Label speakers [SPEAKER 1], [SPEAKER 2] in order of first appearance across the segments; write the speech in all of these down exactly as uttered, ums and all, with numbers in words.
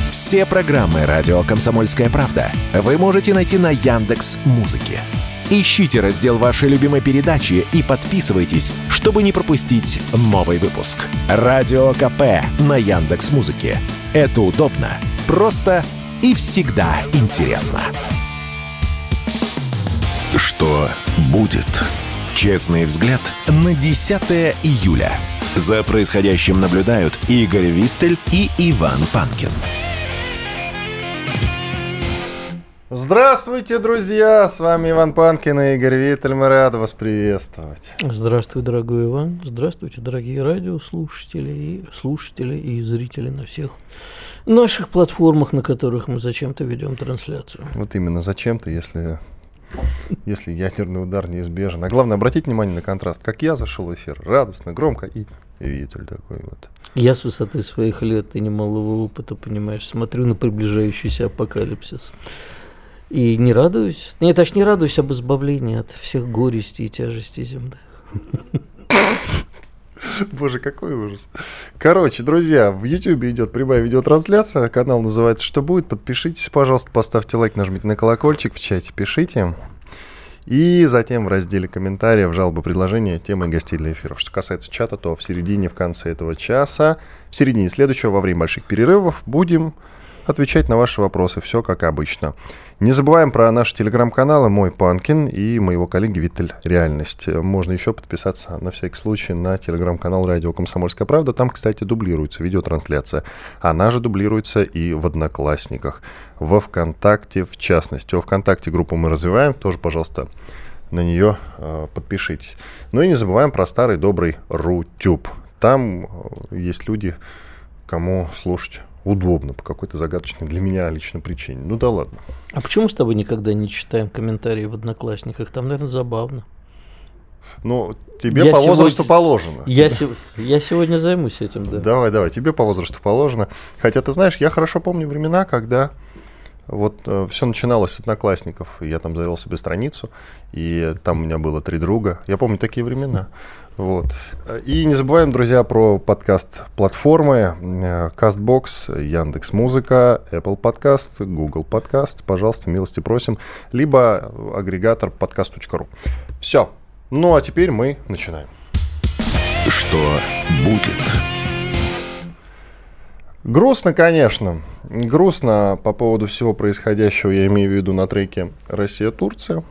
[SPEAKER 1] Все программы «Радио Комсомольская правда» вы можете найти на Яндекс.Музыке. Ищите раздел вашей любимой передачи и подписывайтесь, чтобы не пропустить новый выпуск. Радио КП на Яндекс.Музыке. Это удобно, просто и всегда интересно. Что будет? Честный взгляд на десятое июля. За происходящим наблюдают Игорь Виттель и Иван Панкин.
[SPEAKER 2] Здравствуйте, друзья! С вами Иван Панкин и Игорь Виттель. Мы рады вас приветствовать.
[SPEAKER 3] Здравствуй, дорогой Иван. Здравствуйте, дорогие радиослушатели, и слушатели и зрители на всех наших платформах, на которых мы зачем-то ведем трансляцию.
[SPEAKER 2] Вот именно зачем-то, если, если ядерный удар неизбежен. А главное, обратите внимание на контраст. Как я зашел в эфир, радостно, громко, и Виттель такой вот.
[SPEAKER 3] Я с высоты своих лет и немалого опыта, понимаешь, смотрю на приближающийся апокалипсис. И не радуюсь. Нет, аж не радуюсь об избавлении от всех горестей и тяжестей земных.
[SPEAKER 2] Боже, какой ужас. Короче, друзья, в Ютьюбе идет прямая видеотрансляция. Канал называется «Что будет?». Подпишитесь, пожалуйста, поставьте лайк, нажмите на колокольчик, в чате пишите. И затем в разделе комментариев, жалобы, предложения, темы и гостей для эфиров. Что касается чата, то в середине, в конце этого часа, в середине следующего, во время больших перерывов, будем отвечать на ваши вопросы. Все как обычно. Не забываем про наши телеграм-каналы «Мой Панкин» и моего коллеги Виттель «Реальность». Можно еще подписаться на всякий случай на телеграм-канал «Радио Комсомольская правда». Там, кстати, дублируется видеотрансляция. Она же дублируется и в Одноклассниках. Во ВКонтакте, в частности. Во ВКонтакте группу мы развиваем. Тоже, пожалуйста, на нее э, подпишитесь. Ну и не забываем про старый добрый Рутюб. Там э, есть люди, кому слушать удобно по какой-то загадочной для меня лично причине. Ну да ладно.
[SPEAKER 3] А почему с тобой никогда не читаем комментарии в Одноклассниках? Там, наверное, забавно.
[SPEAKER 2] Ну, тебе
[SPEAKER 3] я
[SPEAKER 2] по
[SPEAKER 3] сегодня,
[SPEAKER 2] возрасту положено.
[SPEAKER 3] Я, се, я сегодня займусь этим, да.
[SPEAKER 2] Давай, давай, тебе по возрасту положено. Хотя, ты знаешь, я хорошо помню времена, когда вот э, все начиналось с Одноклассников. Я там завел себе страницу, и там у меня было три друга. Я помню такие времена. Вот. И не забываем, друзья, про подкаст-платформы CastBox, Яндекс.Музыка, Apple Podcast, Google Podcast. Пожалуйста, милости просим. Либо агрегатор подкаст точка ру. Все. Ну, а теперь мы начинаем.
[SPEAKER 1] Что будет?
[SPEAKER 2] Грустно, конечно. Грустно по поводу всего происходящего, я имею в виду на треке Россия-Турция.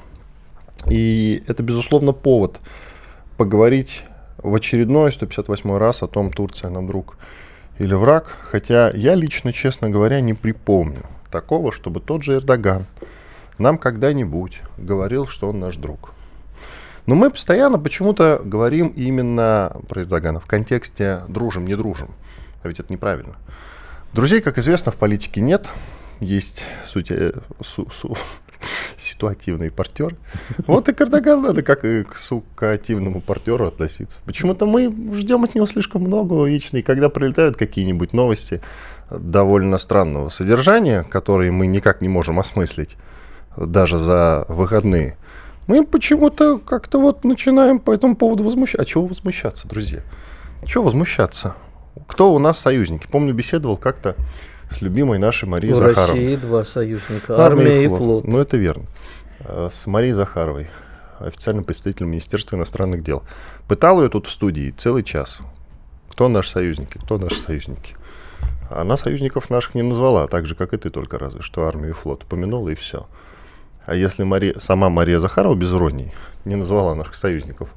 [SPEAKER 2] И это, безусловно, повод поговорить в очередной сто пятьдесят восьмой раз о том, Турция нам друг или враг. Хотя я лично, честно говоря, не припомню такого, чтобы тот же Эрдоган нам когда-нибудь говорил, что он наш друг. Но мы постоянно почему-то говорим именно про Эрдогана в контексте «дружим, не дружим». А ведь это неправильно. Друзей, как известно, в политике нет. Есть суть, су, су, ситуативный партнер. Вот и к Эрдогану надо как и к сукативному партнеру относиться. Почему-то мы ждем от него слишком много вечно. И когда прилетают какие-нибудь новости довольно странного содержания, которые мы никак не можем осмыслить даже за выходные, мы почему-то как-то вот начинаем по этому поводу возмущаться. А чего возмущаться, друзья? Чего возмущаться? Кто у нас союзники? Помню, беседовал как-то с любимой нашей Марией
[SPEAKER 3] У
[SPEAKER 2] Захаровой.
[SPEAKER 3] У России два союзника, армия, армия и флот. флот.
[SPEAKER 2] Ну, это верно. С Марией Захаровой, официальным представителем Министерства иностранных дел. Пытал ее тут в студии целый час. Кто наши союзники? Кто наши союзники? Она союзников наших не назвала, так же, как и ты только разве что армию и флот упомянула, и все. А если Мария, сама Мария Захарова без иронии не назвала наших союзников,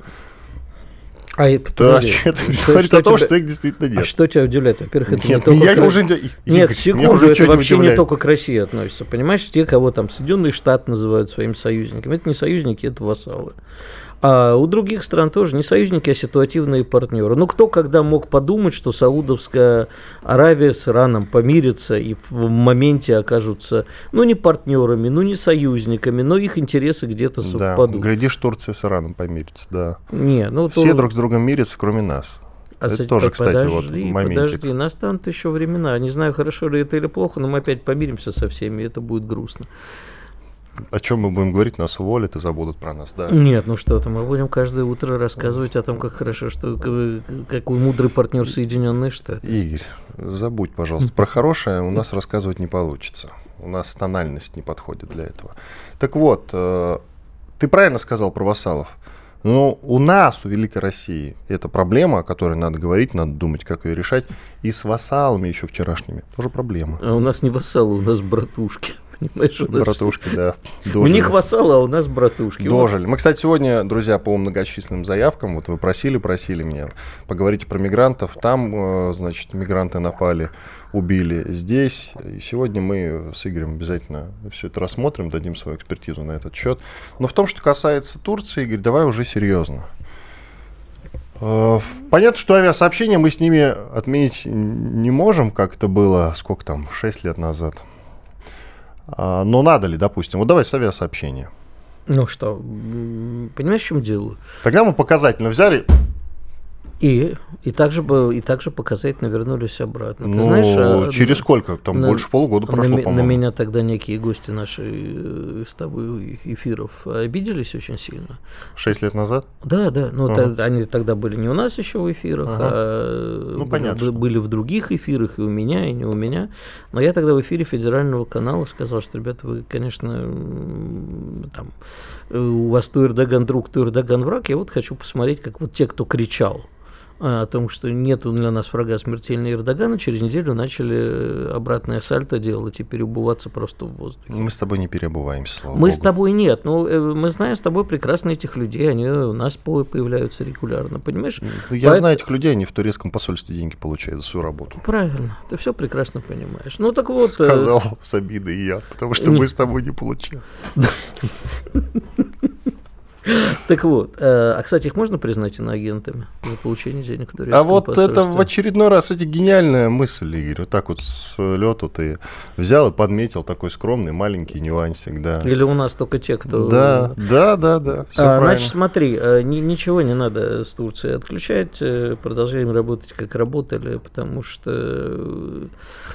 [SPEAKER 3] А,
[SPEAKER 2] то это что, говорит что о том, тебя, что их действительно нет.
[SPEAKER 3] А что тебя удивляет? Во-первых, это
[SPEAKER 2] нет,
[SPEAKER 3] не только...
[SPEAKER 2] Я
[SPEAKER 3] к...
[SPEAKER 2] уже...
[SPEAKER 3] Нет,
[SPEAKER 2] Игорь,
[SPEAKER 3] секунду,
[SPEAKER 2] уже
[SPEAKER 3] это вообще
[SPEAKER 2] не,
[SPEAKER 3] не только к России относится. Понимаешь, те, кого там Соединенные Штаты называют своими союзниками, это не союзники, это вассалы. А у других стран тоже не союзники, а ситуативные партнеры. Ну, кто когда мог подумать, что Саудовская Аравия с Ираном помирится и в моменте окажутся, ну, не партнерами, ну, не союзниками, но их интересы где-то совпадут.
[SPEAKER 2] Да, глядишь, Турция с Ираном помирится, да.
[SPEAKER 3] Не, ну,
[SPEAKER 2] Все
[SPEAKER 3] то...
[SPEAKER 2] друг с другом мирятся, кроме нас.
[SPEAKER 3] А
[SPEAKER 2] это
[SPEAKER 3] с...
[SPEAKER 2] тоже, кстати,
[SPEAKER 3] подожди,
[SPEAKER 2] вот моментик.
[SPEAKER 3] Подожди, настанут еще времена. Не знаю, хорошо ли это или плохо, но мы опять помиримся со всеми, и это будет грустно.
[SPEAKER 2] О чем мы будем говорить, нас уволят и забудут про нас, да?
[SPEAKER 3] Нет, ну что-то, мы будем каждое утро рассказывать о том, как хорошо, что какой мудрый партнер Соединенные Штаты.
[SPEAKER 2] Игорь, забудь, пожалуйста, про хорошее у нас рассказывать не получится. У нас тональность не подходит для этого. Так вот, ты правильно сказал про вассалов. Но у нас, у Великой России, это проблема, о которой надо говорить, надо думать, как ее решать. И с вассалами еще вчерашними тоже проблема.
[SPEAKER 3] А у нас не вассалы, у нас братушки. Понимаешь, у нас
[SPEAKER 2] братушки, да.
[SPEAKER 3] Дожили. У них вассалы, а у нас братушки.
[SPEAKER 2] Дожили. Мы, кстати, сегодня, друзья, по многочисленным заявкам, вот вы просили, просили меня, поговорите про мигрантов. Там, значит, мигранты напали, убили здесь. И сегодня мы с Игорем обязательно все это рассмотрим, дадим свою экспертизу на этот счет. Но в том, что касается Турции, Игорь, давай уже серьезно. Понятно, что авиасообщения мы с ними отменить не можем, как это было, сколько там, шесть лет назад. Но надо ли, допустим, вот давай с авиасообщения.
[SPEAKER 3] Ну что, понимаешь, в чем дело?
[SPEAKER 2] Тогда мы показательно взяли...
[SPEAKER 3] И, и, также, и также показательно вернулись обратно.
[SPEAKER 2] Ну,
[SPEAKER 3] ты знаешь,
[SPEAKER 2] через а, сколько? Там на, больше полугода прошло,
[SPEAKER 3] на,
[SPEAKER 2] по-моему.
[SPEAKER 3] На меня тогда некие гости наши с тобой эфиров обиделись очень сильно.
[SPEAKER 2] Шесть лет назад?
[SPEAKER 3] Да, да. Ну,
[SPEAKER 2] ага.
[SPEAKER 3] та, они тогда были не у нас еще в эфирах,
[SPEAKER 2] ага.
[SPEAKER 3] а
[SPEAKER 2] ну,
[SPEAKER 3] были,
[SPEAKER 2] понятно,
[SPEAKER 3] были в других эфирах, и у меня, и не у меня. Но я тогда в эфире федерального канала сказал, что, ребята, вы, конечно, там, у вас то Эрдоган друг, то Эрдоган враг. Я вот хочу посмотреть, как вот те, кто кричал о том, что нету для нас врага смертельного Эрдогана, через неделю начали обратное сальто делать и переобуваться просто в воздухе.
[SPEAKER 2] Мы с тобой не переобуваемся, слава
[SPEAKER 3] Мы
[SPEAKER 2] богу.
[SPEAKER 3] с тобой нет, но мы знаем с тобой прекрасно этих людей, они у нас появляются регулярно, понимаешь?
[SPEAKER 2] Да я Поэт... знаю этих людей, они в турецком посольстве деньги получают за свою работу.
[SPEAKER 3] Правильно, ты все прекрасно понимаешь. Ну так вот...
[SPEAKER 2] Сказал с обидой я, потому что мы с тобой не получаем.
[SPEAKER 3] Так вот, а, кстати, их можно признать иноагентами за получение денег в турецком
[SPEAKER 2] А вот
[SPEAKER 3] посольстве?
[SPEAKER 2] это в очередной раз, эти гениальная мысль, Игорь, вот так вот с лету ты взял и подметил такой скромный маленький нюансик, да.
[SPEAKER 3] Или у нас только те, кто...
[SPEAKER 2] Да, да, да, да, все
[SPEAKER 3] а,
[SPEAKER 2] правильно.
[SPEAKER 3] Значит, смотри, ни, ничего не надо с Турцией отключать, продолжаем работать, как работали, потому что...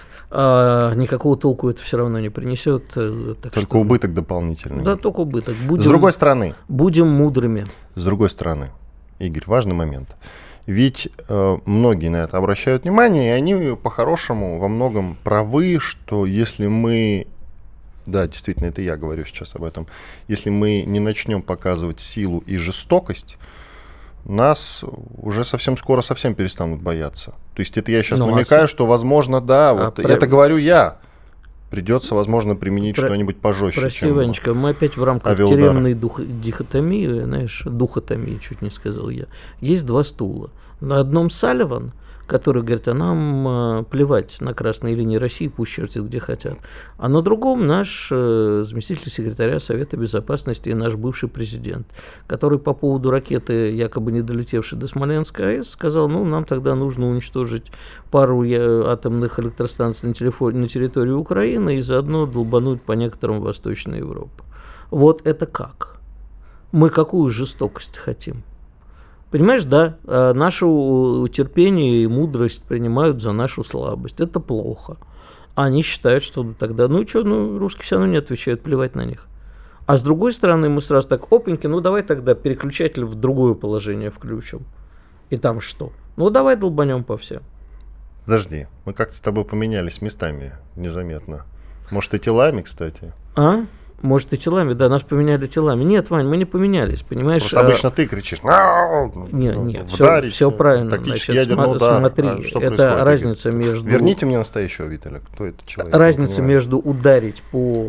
[SPEAKER 3] А никакого толку это все равно не принесет. Так
[SPEAKER 2] только
[SPEAKER 3] что...
[SPEAKER 2] убыток дополнительный.
[SPEAKER 3] Да, только убыток. Будем...
[SPEAKER 2] С другой стороны.
[SPEAKER 3] Будем мудрыми.
[SPEAKER 2] С другой стороны, Игорь, важный момент. Ведь э, многие на это обращают внимание, и они по-хорошему во многом правы, что если мы... Да, действительно, это я говорю сейчас об этом. Если мы не начнем показывать силу и жестокость, нас уже совсем скоро совсем перестанут бояться. То есть это я сейчас ну, намекаю, а что, возможно, да, вот а это прав... говорю я. Придется, возможно, применить Про... что-нибудь пожестче.
[SPEAKER 3] Прости,
[SPEAKER 2] чем
[SPEAKER 3] Ванечка, мы опять в рамках
[SPEAKER 2] авиаудар.
[SPEAKER 3] Тюремной дух... дихотомии, знаешь, духотомии, чуть не сказал я. Есть два стула. На одном Салливан, который говорит, а нам плевать на красные линии России, пусть чертят где хотят. А на другом наш э, заместитель секретаря Совета Безопасности и наш бывший президент, который по поводу ракеты, якобы не долетевшей до Смоленской АЭС, сказал, ну, нам тогда нужно уничтожить пару атомных электростанций на, телефон, на территории Украины и заодно долбануть по некоторым Восточной Европе. Вот это как? Мы какую жестокость хотим? Понимаешь, да, нашу терпение и мудрость принимают за нашу слабость. Это плохо. А они считают, что тогда, ну и что, ну, русские все равно не отвечают, плевать на них. А с другой стороны, мы сразу так, опаньки, ну давай тогда переключатель в другое положение включим. И там что? Ну давай долбанем по всем.
[SPEAKER 2] Подожди, мы как-то с тобой поменялись местами незаметно. Может, и телами, кстати?
[SPEAKER 3] А? Может, и телами, да, нас поменяли телами. Нет, Вань, мы не поменялись, понимаешь?
[SPEAKER 2] Просто обычно ты кричишь.
[SPEAKER 3] Нет, нет, все, все правильно.
[SPEAKER 2] Тактический
[SPEAKER 3] Значит,
[SPEAKER 2] ядерный удар.
[SPEAKER 3] Смотри,
[SPEAKER 2] а что
[SPEAKER 3] это разница между...
[SPEAKER 2] Верните мне настоящего Виталя, кто это человек?
[SPEAKER 3] Разница между ударить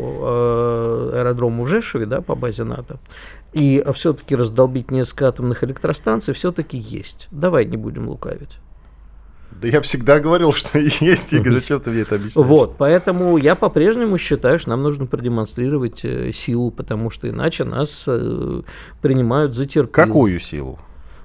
[SPEAKER 3] по э, аэродрому в Жешеве, да, по базе НАТО, и все-таки раздолбить несколько атомных электростанций все-таки есть. Давай не будем лукавить.
[SPEAKER 2] Да я всегда говорил, что есть, Игорь, зачем ты мне это объясняешь?
[SPEAKER 3] Вот, поэтому я по-прежнему считаю, что нам нужно продемонстрировать э, силу, потому что иначе нас э, принимают за терпилу.
[SPEAKER 2] Какую силу?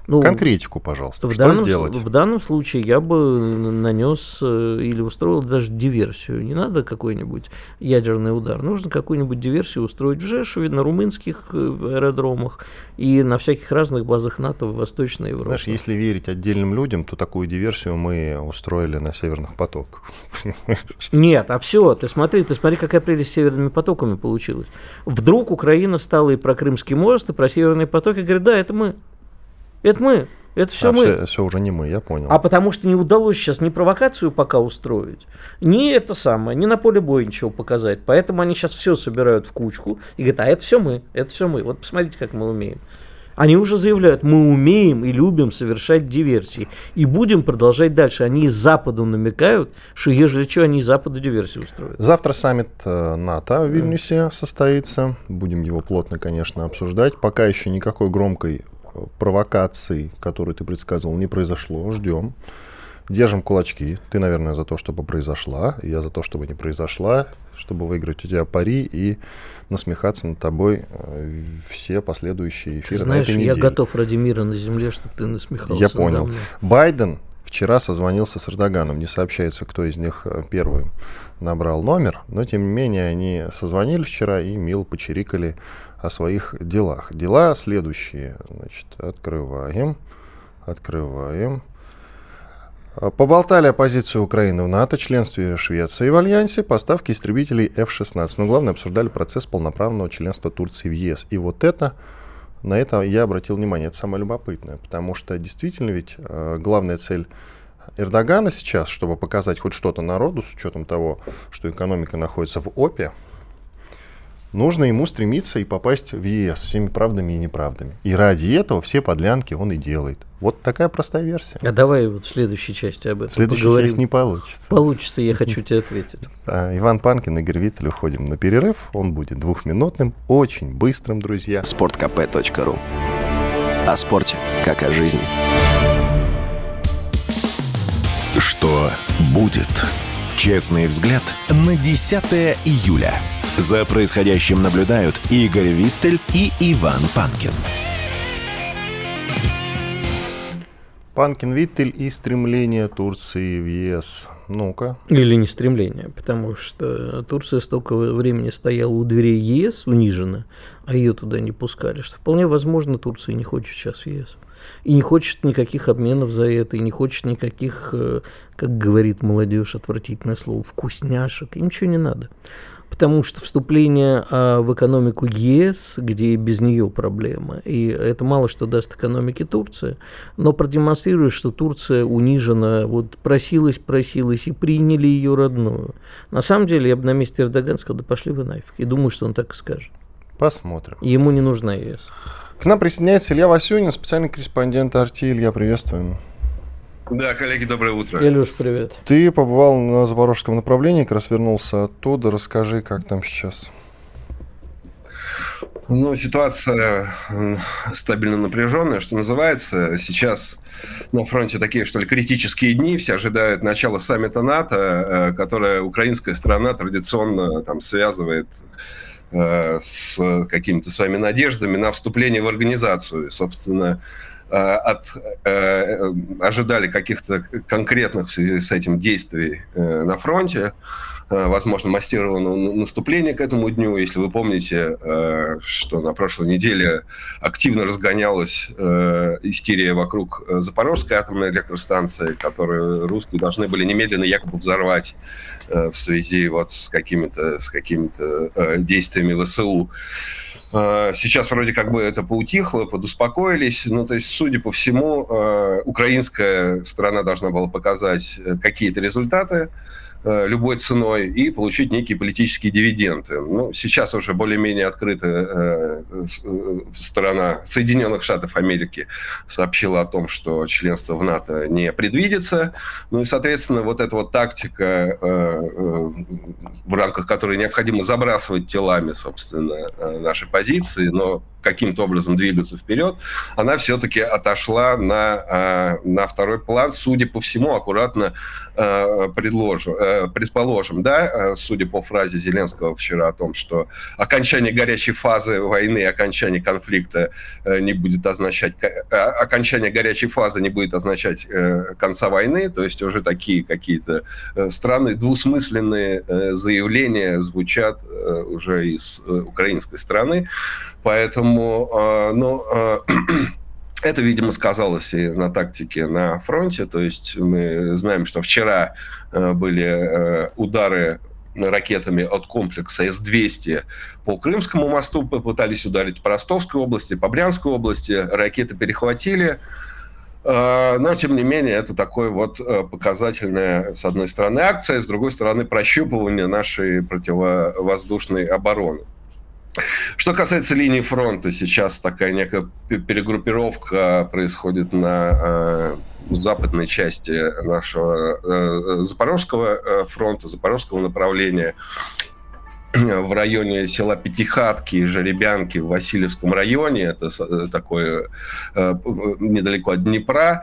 [SPEAKER 2] Ну, конкретику, пожалуйста.
[SPEAKER 3] В
[SPEAKER 2] что
[SPEAKER 3] данном,
[SPEAKER 2] сделать?
[SPEAKER 3] В данном случае я бы нанес или устроил даже диверсию. Не надо какой-нибудь ядерный удар. Нужно какую-нибудь диверсию устроить в Жешуве, на румынских аэродромах и на всяких разных базах НАТО в Восточной Европе.
[SPEAKER 2] Знаешь, если верить отдельным людям, то такую диверсию мы устроили на Северных потоках.
[SPEAKER 3] Нет, а все, ты смотри, ты смотри, какая прелесть с Северными потоками получилась. Вдруг Украина стала и про Крымский мост, и про Северные потоки, говорит, да, это мы. Это мы, это все
[SPEAKER 2] а,
[SPEAKER 3] мы.
[SPEAKER 2] Все, все уже не мы, я понял.
[SPEAKER 3] А потому что не удалось сейчас ни провокацию пока устроить, ни это самое, ни на поле боя ничего показать. Поэтому они сейчас все собирают в кучку и говорят, а это все мы, это все мы. Вот посмотрите, как мы умеем. Они уже заявляют, мы умеем и любим совершать диверсии. И будем продолжать дальше. Они из Запада намекают, что ежели что, они из Запада диверсии устроят.
[SPEAKER 2] Завтра саммит НАТО в Вильнюсе mm. состоится. Будем его плотно, конечно, обсуждать. Пока еще никакой громкой провокации, которую ты предсказывал, не произошло. Ждем. Держим кулачки. Ты, наверное, за то, чтобы произошла. Я за то, чтобы не произошла. Чтобы выиграть у тебя пари и насмехаться над тобой все последующие эфиры. Ты
[SPEAKER 3] знаешь,
[SPEAKER 2] на этой неделе.
[SPEAKER 3] Я готов ради мира на земле, чтобы ты насмехался.
[SPEAKER 2] Я понял. Байден вчера созвонился с Эрдоганом. Не сообщается, кто из них первым набрал номер. Но, тем не менее, они созвонились вчера и мило почирикали о своих делах. Дела следующие. Значит, открываем. Открываем. Поболтали о позиции Украины в НАТО, членстве Швеции в Альянсе, поставки истребителей эф шестнадцать. Но главное, обсуждали процесс полноправного членства Турции в ЕС. И вот это, на это я обратил внимание, это самое любопытное. Потому что действительно ведь э, главная цель Эрдогана сейчас, чтобы показать хоть что-то народу, с учетом того, что экономика находится в ОПе, нужно ему стремиться и попасть в ЕС всеми правдами и неправдами. И ради этого все подлянки он и делает. Вот такая простая версия.
[SPEAKER 3] А давай вот в следующей части об этом
[SPEAKER 2] в следующей
[SPEAKER 3] поговорим.
[SPEAKER 2] части не получится.
[SPEAKER 3] Получится, я хочу тебе ответить.
[SPEAKER 2] А, Иван Панкин, Игорь Виттель, уходим на перерыв. Он будет двухминутным, очень быстрым, друзья.
[SPEAKER 1] спорт ка пэ точка ру. О спорте, как о жизни. Что будет? Честный взгляд на десятое июля. За происходящим наблюдают Игорь Виттель и Иван Панкин.
[SPEAKER 2] Панкин, Виттель и стремление Турции в ЕС. Ну-ка.
[SPEAKER 3] Или не стремление, потому что Турция столько времени стояла у дверей ЕС, унижена, а ее туда не пускали, что вполне возможно Турция не хочет сейчас в ЕС. И не хочет никаких обменов за это, и не хочет никаких, как говорит молодежь, отвратительное слово, вкусняшек. Им ничего не надо. Потому что вступление а, в экономику ЕС, где без нее проблема, и это мало что даст экономике Турции, но продемонстрирует, что Турция унижена, вот просилась, просилась, и приняли ее родную. На самом деле, я бы на месте Эрдогана сказал, да пошли вы нафиг, и думаю, что он так и скажет.
[SPEAKER 2] Посмотрим.
[SPEAKER 3] Ему не нужна ЕС.
[SPEAKER 2] К нам присоединяется Илья Васюнин, специальный корреспондент эр ти. Илья, приветствуем.
[SPEAKER 4] Да, коллеги, доброе утро.
[SPEAKER 3] Илюш, привет.
[SPEAKER 2] Ты побывал на запорожском направлении, как раз вернулся оттуда. Расскажи, как там сейчас.
[SPEAKER 4] Ну, ситуация стабильно напряженная, что называется. Сейчас на фронте такие, что ли, критические дни. Все ожидают начала саммита НАТО, которое украинская сторона традиционно там связывает с какими-то своими надеждами на вступление в организацию. Собственно, от, э, ожидали каких-то конкретных в связи с этим действий э, на фронте, э, возможно, массированного наступления к этому дню. Если вы помните, э, что на прошлой неделе активно разгонялась э, истерия вокруг Запорожской атомной электростанции, которую русские должны были немедленно якобы взорвать э, в связи вот с какими-то, с какими-то э, действиями ВСУ. Сейчас вроде как бы это поутихло, подуспокоились. Ну, то есть, судя по всему, украинская сторона должна была показать какие-то результаты любой ценой и получить некие политические дивиденды. Ну, сейчас уже более-менее открытая сторона Соединенных Штатов Америки сообщила о том, что членство в НАТО не предвидится. Ну и, соответственно, вот эта вот тактика, в рамках которой необходимо забрасывать телами, собственно, наши позиции, но каким-то образом двигаться вперед, она все-таки отошла на, на второй план, судя по всему, аккуратно предложу. предположим, да, судя по фразе Зеленского вчера о том, что окончание горячей фазы войны, окончание конфликта не будет означать, окончание горячей фазы не будет означать конца войны, то есть уже такие какие-то странные двусмысленные заявления звучат уже из украинской стороны, поэтому, ну, это, видимо, сказалось и на тактике на фронте, то есть мы знаем, что вчера были удары ракетами от комплекса С двести по Крымскому мосту, попытались ударить по Ростовской области, по Брянской области, ракеты перехватили. Но, тем не менее, это такой вот показательная, с одной стороны, акция, с другой стороны, прощупывание нашей противовоздушной обороны. Что касается линии фронта, сейчас такая некая перегруппировка происходит на западной части нашего Запорожского фронта, Запорожского направления, в районе села Пятихатки и Жеребянки в Васильевском районе, это такое недалеко от Днепра.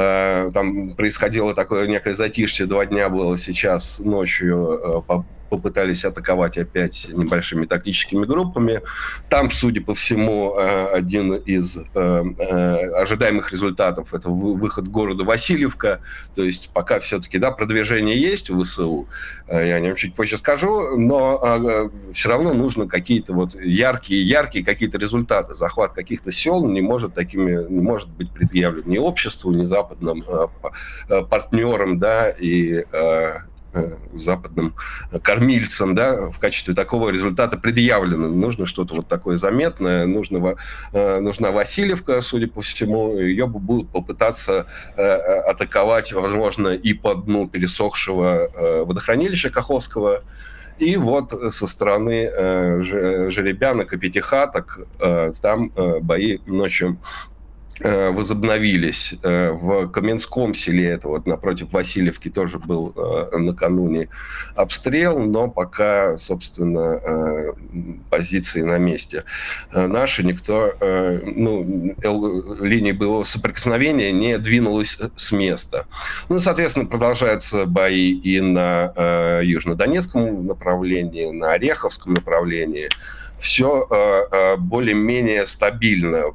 [SPEAKER 4] Там происходило такое некое затишье, два дня было сейчас ночью, попытались атаковать опять небольшими тактическими группами. Там, судя по всему, один из ожидаемых результатов – это выход к городу Васильевка. То есть пока все-таки, да, продвижение есть в ВСУ, я о нем чуть позже скажу, но все равно нужно какие-то вот яркие, яркие какие-то результаты. Захват каких-то сел не может такими, не может быть предъявлен ни обществу, ни западным партнерам, да, и западным кормильцам, да, в качестве такого результата предъявлено. Нужно что-то вот такое заметное, нужно, нужна Васильевка, судя по всему, ее будут попытаться атаковать, возможно, и по дну пересохшего водохранилища Каховского. И вот со стороны Жеребянок и Пятихаток там бои ночью возобновились. В Каменском селе, это вот напротив Васильевки, тоже был накануне обстрел, но пока, собственно, позиции на месте. Наши никто, ну, линии боевого соприкосновения не двинулась с места. Ну, соответственно, продолжаются бои и на южнодонецком направлении, на Ореховском направлении. Все более-менее стабильно.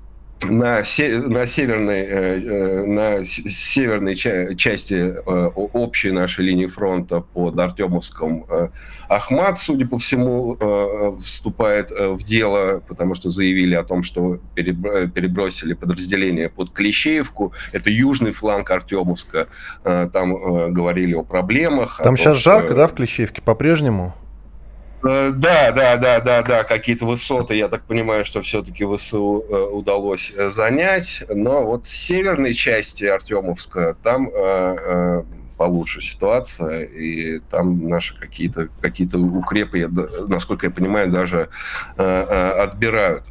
[SPEAKER 4] На, се- на северной, э, на северной ча- части э, общей нашей линии фронта под Артемовском э, Ахмат, судя по всему, э, вступает э, в дело, потому что заявили о том, что перебро- перебросили подразделение под Клещеевку. Это южный фланг Артемовска. Э, там э, говорили о проблемах.
[SPEAKER 2] Там
[SPEAKER 4] о том,
[SPEAKER 2] сейчас
[SPEAKER 4] что...
[SPEAKER 2] жарко, да, в Клещеевке по-прежнему?
[SPEAKER 4] Да, да, да, да, да, какие-то высоты, я так понимаю, что все-таки ВСУ э, удалось э, занять, но вот с северной части Артемовска там э, э, получше ситуация, и там наши какие-то, какие-то укрепы, я, насколько я понимаю, даже э, э, отбирают.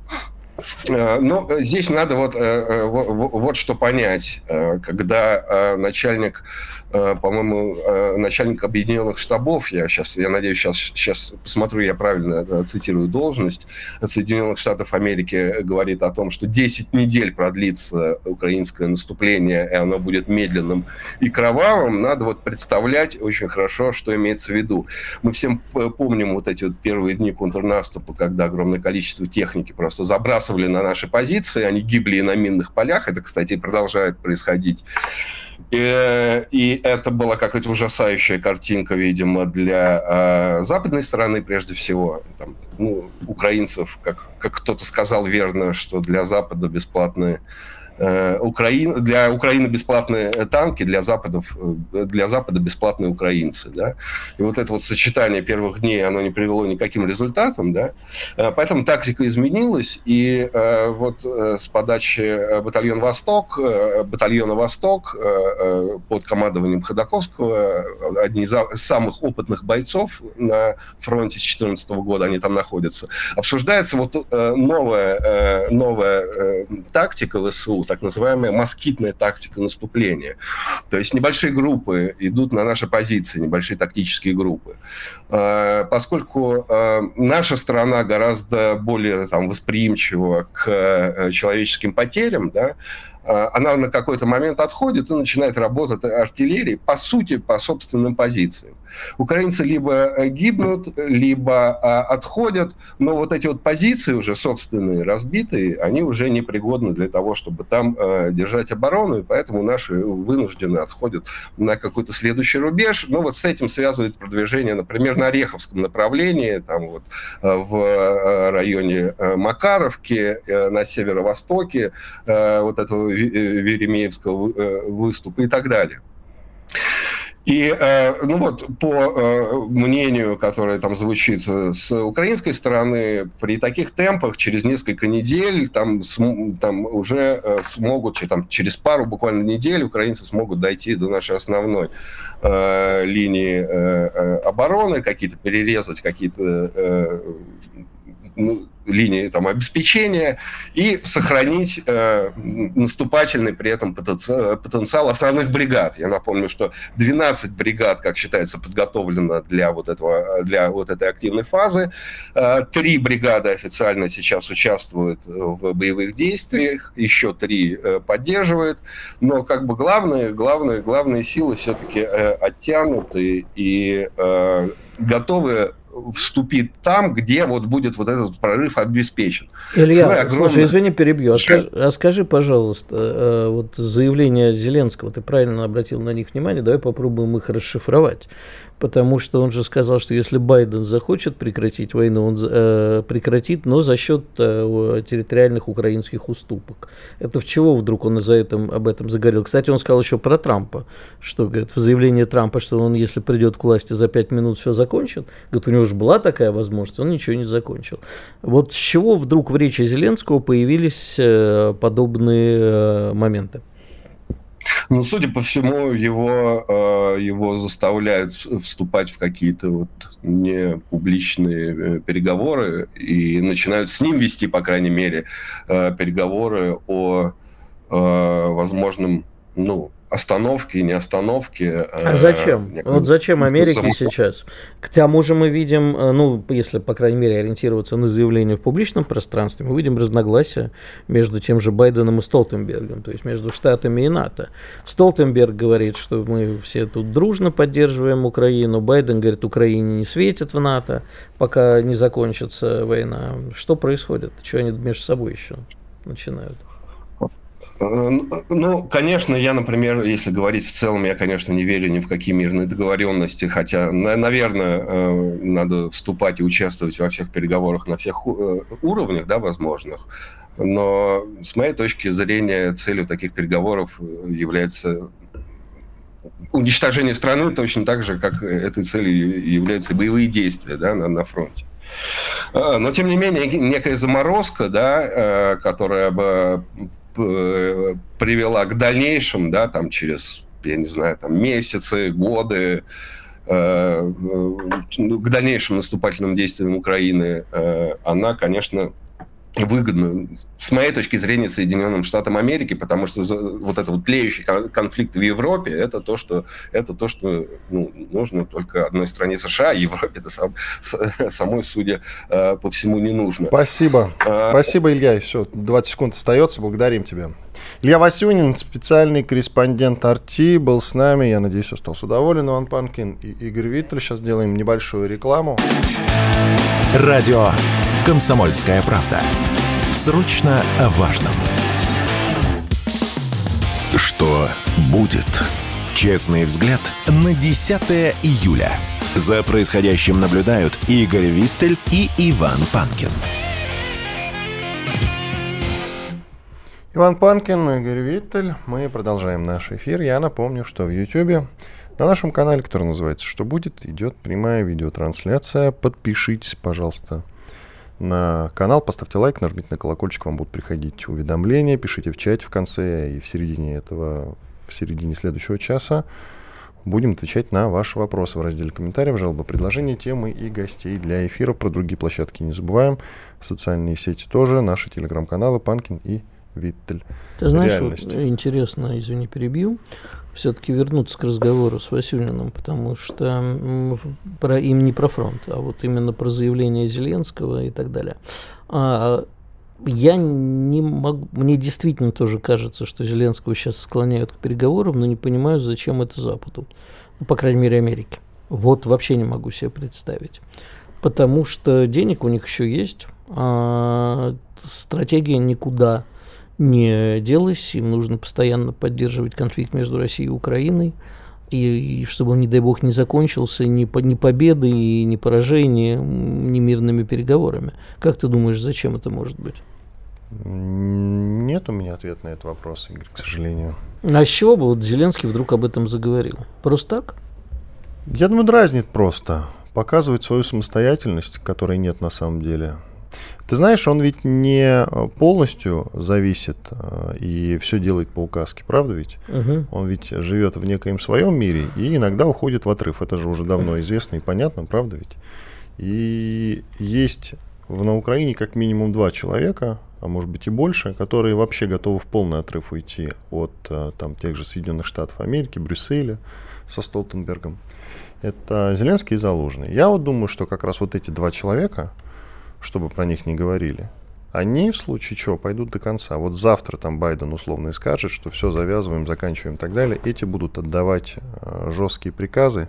[SPEAKER 4] Но здесь надо вот, вот, вот что понять, когда начальник, по-моему, начальник объединенных штабов, я сейчас, я надеюсь, сейчас, сейчас посмотрю, я правильно цитирую должность, Соединенных Штатов Америки говорит о том, что десять недель продлится украинское наступление, и оно будет медленным и кровавым, надо вот представлять очень хорошо, что имеется в виду. Мы всем помним вот эти вот первые дни контрнаступа, когда огромное количество техники просто забрасывали на наши позиции, они гибли и на минных полях, это, кстати, продолжает происходить. И, и это была какая-то ужасающая картинка, видимо, для э, западной стороны прежде всего. Там, ну, украинцев, как, как кто-то сказал верно, что для Запада бесплатные Украина, для Украины бесплатные танки, для, Западов, для Запада бесплатные украинцы. Да? И вот это вот сочетание первых дней, оно не привело никаким результатам. Да? Поэтому тактика изменилась, и вот с подачи батальона «Восток», батальона «Восток» под командованием Ходаковского, одни из самых опытных бойцов на фронте с две тысячи четырнадцатого года, они там находятся, обсуждается вот новая, новая тактика ВСУ, так называемая москитная тактика наступления. То есть небольшие группы идут на наши позиции, небольшие тактические группы. Поскольку наша страна гораздо более там, восприимчива к человеческим потерям, да, она на какой-то момент отходит и начинает работать артиллерия, по сути, по собственным позициям. Украинцы либо гибнут, либо отходят, но вот эти вот позиции уже собственные, разбитые, они уже непригодны для того, чтобы там держать оборону, и поэтому наши вынуждены отходят на какой-то следующий рубеж. Ну вот с этим связывает продвижение, например, на Ореховском направлении, там вот в районе Макаровки, на северо-востоке вот этого Веремеевского выступа и так далее. И, ну вот, по мнению, которое там звучит с украинской стороны, при таких темпах через несколько недель там, там уже смогут, там, через пару буквально недель украинцы смогут дойти до нашей основной э, линии э, обороны, какие-то перерезать какие-то э, ну, линии там, обеспечения и сохранить э, наступательный при этом потенциал, потенциал основных бригад. Я напомню, что двенадцать бригад, как считается, подготовлено для вот, этого, для вот этой активной фазы. Э, три бригады официально сейчас участвуют в боевых действиях, еще три э, поддерживают. Но как бы главные, главные, главные силы все-таки э, оттянуты и э, готовы вступит там, где вот будет вот этот прорыв обеспечен.
[SPEAKER 3] Илья, огромная... слушай, извини, перебью. А скажи, а скажи, пожалуйста, вот заявления Зеленского, ты правильно обратил на них внимание, давай попробуем их расшифровать. Потому что он же сказал, что если Байден захочет прекратить войну, он э, прекратит, но за счет э, территориальных украинских уступок. Это в чего вдруг он за этим, об этом загорел? Кстати, он сказал еще про Трампа, что, говорит, в заявлении Трампа, что он, если придет к власти, за пять минут все закончит. Говорит, у него же была такая возможность, он ничего не закончил. Вот с чего вдруг в речи Зеленского появились э, подобные э, моменты?
[SPEAKER 4] Ну, судя по всему, его, его заставляют вступать в какие-то вот непубличные переговоры и начинают с ним вести, по крайней мере, переговоры о возможном, ну, остановки, не остановки.
[SPEAKER 3] А зачем? Вот зачем Америке сейчас? К тому же мы видим, ну, если, по крайней мере, ориентироваться на заявления в публичном пространстве, мы видим разногласия между тем же Байденом и Столтенбергом, то есть между Штатами и НАТО. Столтенберг говорит, что мы все тут дружно поддерживаем Украину, Байден говорит, Украине не светит в НАТО, пока не закончится война. Что происходит? Что они между собой еще начинают?
[SPEAKER 4] Ну, конечно, я, например, если говорить в целом, я, конечно, не верю ни в какие мирные договоренности, хотя, наверное, надо вступать и участвовать во всех переговорах на всех уровнях, да, возможных. Но, с моей точки зрения, целью таких переговоров является уничтожение страны точно так же, как этой целью являются боевые действия, да, на, на фронте. Но, тем не менее, некая заморозка, да, которая бы привела к дальнейшим, да, там через, я не знаю, там месяцы, годы, э, к дальнейшим наступательным действиям Украины, э, она, конечно, выгодна, с моей точки зрения, Соединенным Штатам Америки, потому что вот этот вот тлеющий конфликт в Европе, это то, что, это то, что ну, нужно только одной стране США, Европе это сам, самой, судя по всему, не нужно.
[SPEAKER 2] Спасибо. А... Спасибо, Илья. Все, двадцать секунд остается. Благодарим тебя. Илья Васюнин, специальный корреспондент Арти, был с нами. Я надеюсь, остался доволен. Иван Панкин и Игорь Виттель. Сейчас делаем небольшую рекламу.
[SPEAKER 1] Радио «Комсомольская правда». Срочно о важном. Что будет? Честный взгляд на десятое июля. За происходящим наблюдают Игорь Виттель и Иван Панкин.
[SPEAKER 2] Иван Панкин, Игорь Виттель. Мы продолжаем наш эфир. Я напомню, что в Ютьюбе на нашем канале, который называется «Что будет?», идет прямая видеотрансляция. Подпишитесь, пожалуйста, на канал, поставьте лайк, нажмите на колокольчик, вам будут приходить уведомления, пишите в чате в конце и в середине этого, в середине следующего часа. Будем отвечать на ваши вопросы в разделе комментариев, жалобы, предложения, темы и гостей для эфира. Про другие площадки не забываем. Социальные сети тоже, наши телеграм-каналы Панкин и Виттель.
[SPEAKER 3] Ты знаешь, вот интересно, извини, перебью, все-таки вернуться к разговору с Васюниным, потому что про, им не про фронт, а вот именно про заявление Зеленского и так далее. А, Я не могу, мне действительно тоже кажется, что Зеленского сейчас склоняют к переговорам, но не понимаю, зачем это Западу, ну, по крайней мере, Америке. Вот вообще не могу себе представить. Потому что денег у них еще есть, а стратегия никуда не делась, им нужно постоянно поддерживать конфликт между Россией и Украиной, и, и чтобы он, не дай бог, не закончился ни, по, ни победой, ни поражением, ни мирными переговорами. Как ты думаешь, зачем это может быть?
[SPEAKER 2] Нет у меня ответа на этот вопрос, Игорь, к сожалению.
[SPEAKER 3] А с чего бы вот Зеленский вдруг об этом заговорил? Просто так?
[SPEAKER 2] Я думаю, дразнит просто. Показывает свою самостоятельность, которой нет на самом деле. Ты знаешь, он ведь не полностью зависит и все делает по указке, правда ведь? Угу. Он ведь живет в некоем своем мире и иногда уходит в отрыв. Это же уже давно известно и понятно, правда ведь? И есть на Украине как минимум два человека, а может быть и больше, которые вообще готовы в полный отрыв уйти от там, тех же Соединенных Штатов Америки, Брюсселя со Столтенбергом. Это Зеленский и Залужный. Я вот думаю, что как раз вот эти два человека, чтобы про них не говорили, они в случае чего пойдут до конца. Вот завтра там Байден условно и скажет, что все, завязываем, заканчиваем и так далее. Эти будут отдавать э, жесткие приказы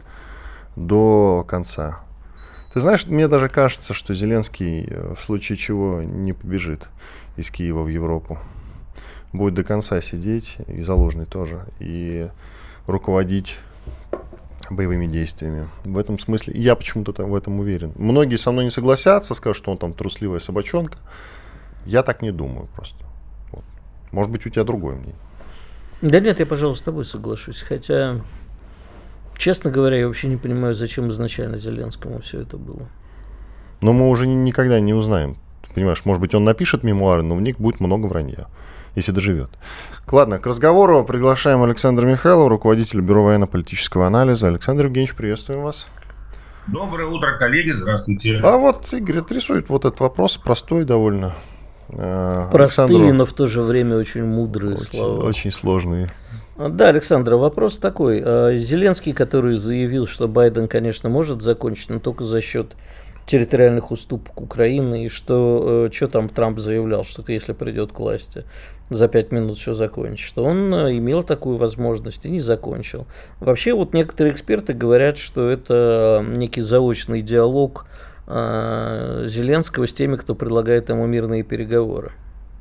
[SPEAKER 2] до конца. Ты знаешь, мне даже кажется, что Зеленский э, в случае чего не побежит из Киева в Европу. Будет до конца сидеть, и Залужный тоже, и руководить боевыми действиями. В этом смысле я почему-то в этом уверен. Многие со мной не согласятся, скажут, что он там трусливая собачонка. Я так не думаю просто. Вот. Может быть, у тебя другое мнение.
[SPEAKER 3] Да нет, я, пожалуй, с тобой соглашусь. Хотя, честно говоря, я вообще не понимаю, зачем изначально Зеленскому все это было.
[SPEAKER 2] Но мы уже никогда не узнаем. Ты понимаешь, может быть, он напишет мемуары, но в них будет много вранья, если доживет. Ладно, к разговору приглашаем Александра Михайлова, руководителя Бюро военно-политического анализа. Александр Евгеньевич, приветствуем вас.
[SPEAKER 5] Доброе утро, коллеги, здравствуйте.
[SPEAKER 2] А вот Игорь отрисует вот этот вопрос, простой довольно.
[SPEAKER 3] Простые, Александру... но в то же время очень мудрые
[SPEAKER 2] очень,
[SPEAKER 3] слова.
[SPEAKER 2] Очень сложные.
[SPEAKER 3] Да, Александр, вопрос такой. Зеленский, который заявил, что Байден, конечно, может закончить, но только за счет территориальных уступок Украины, и что, что там Трамп заявлял, что если придет к власти, за пять минут все закончит, что он имел такую возможность и не закончил. Вообще, вот некоторые эксперты говорят, что это некий заочный диалог э, Зеленского с теми, кто предлагает ему мирные переговоры.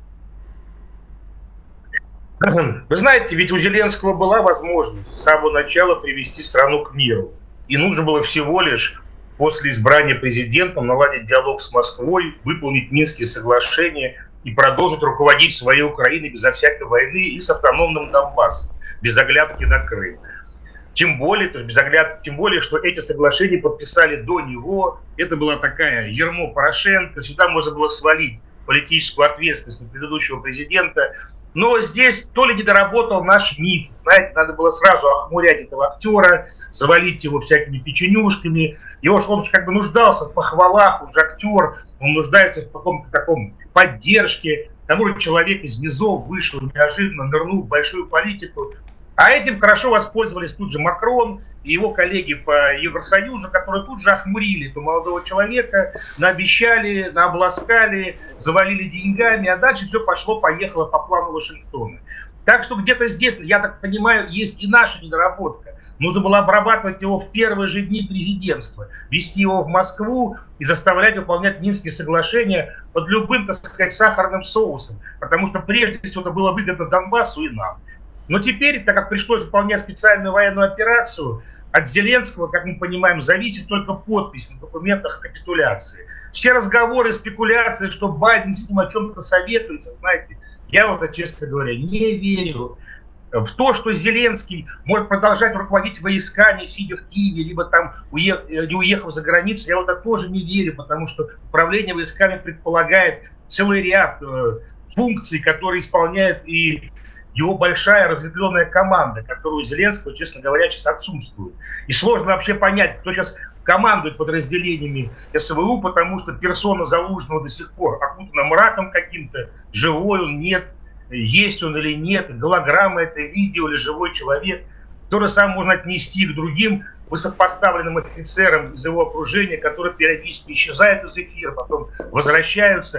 [SPEAKER 5] Вы знаете, ведь у Зеленского была возможность с самого начала привести страну к миру. И нужно было всего лишь после избрания президентом наладить диалог с Москвой, выполнить Минские соглашения и продолжить руководить своей Украиной безо всякой войны и с автономным Донбассом, без оглядки на Крым. Тем более, то есть без оглядки, тем более, что эти соглашения подписали до него. Это была такая ярмо Порошенко. Всегда можно было свалить политическую ответственность на предыдущего президента. Но здесь то ли не доработал наш МИД. Знаете, надо было сразу охмурять этого актера, завалить его всякими печенюшками. И уж он как бы нуждался в похвалах, уже актер, он нуждается в каком-то таком поддержке. К тому же человек из низов вышел неожиданно, нырнул в большую политику. А этим хорошо воспользовались тут же Макрон и его коллеги по Евросоюзу, которые тут же охмурили этого молодого человека, наобещали, наобласкали, завалили деньгами, а дальше все пошло-поехало по плану Вашингтона. Так что где-то здесь, я так понимаю, есть и наша недоработка. Нужно было обрабатывать его в первые же дни президентства, вести его в Москву и заставлять выполнять Минские соглашения под любым, так сказать, сахарным соусом, потому что прежде всего это было выгодно Донбассу и нам. Но теперь, так как пришлось выполнять специальную военную операцию, от Зеленского, как мы понимаем, зависит только подпись на документах капитуляции. Все разговоры, спекуляции, что Байден с ним о чем-то советуется, знаете, я вот, честно говоря, не верю в то, что Зеленский может продолжать руководить войсками, сидя в Киеве, либо там уех... не уехав за границу. Я вот это тоже не верю, потому что управление войсками предполагает целый ряд э, функций, которые исполняет и его большая разветвленная команда, которая у Зеленского, честно говоря, сейчас отсутствует. И сложно вообще понять, кто сейчас командует подразделениями СВУ, потому что персона Залужного до сих пор окутана мраком каким-то, живой он, нет, есть он или нет, голограмма это, видео или живой человек. То же самое можно отнести к другим высокопоставленным офицерам из его окружения, которые периодически исчезают из эфира, потом возвращаются.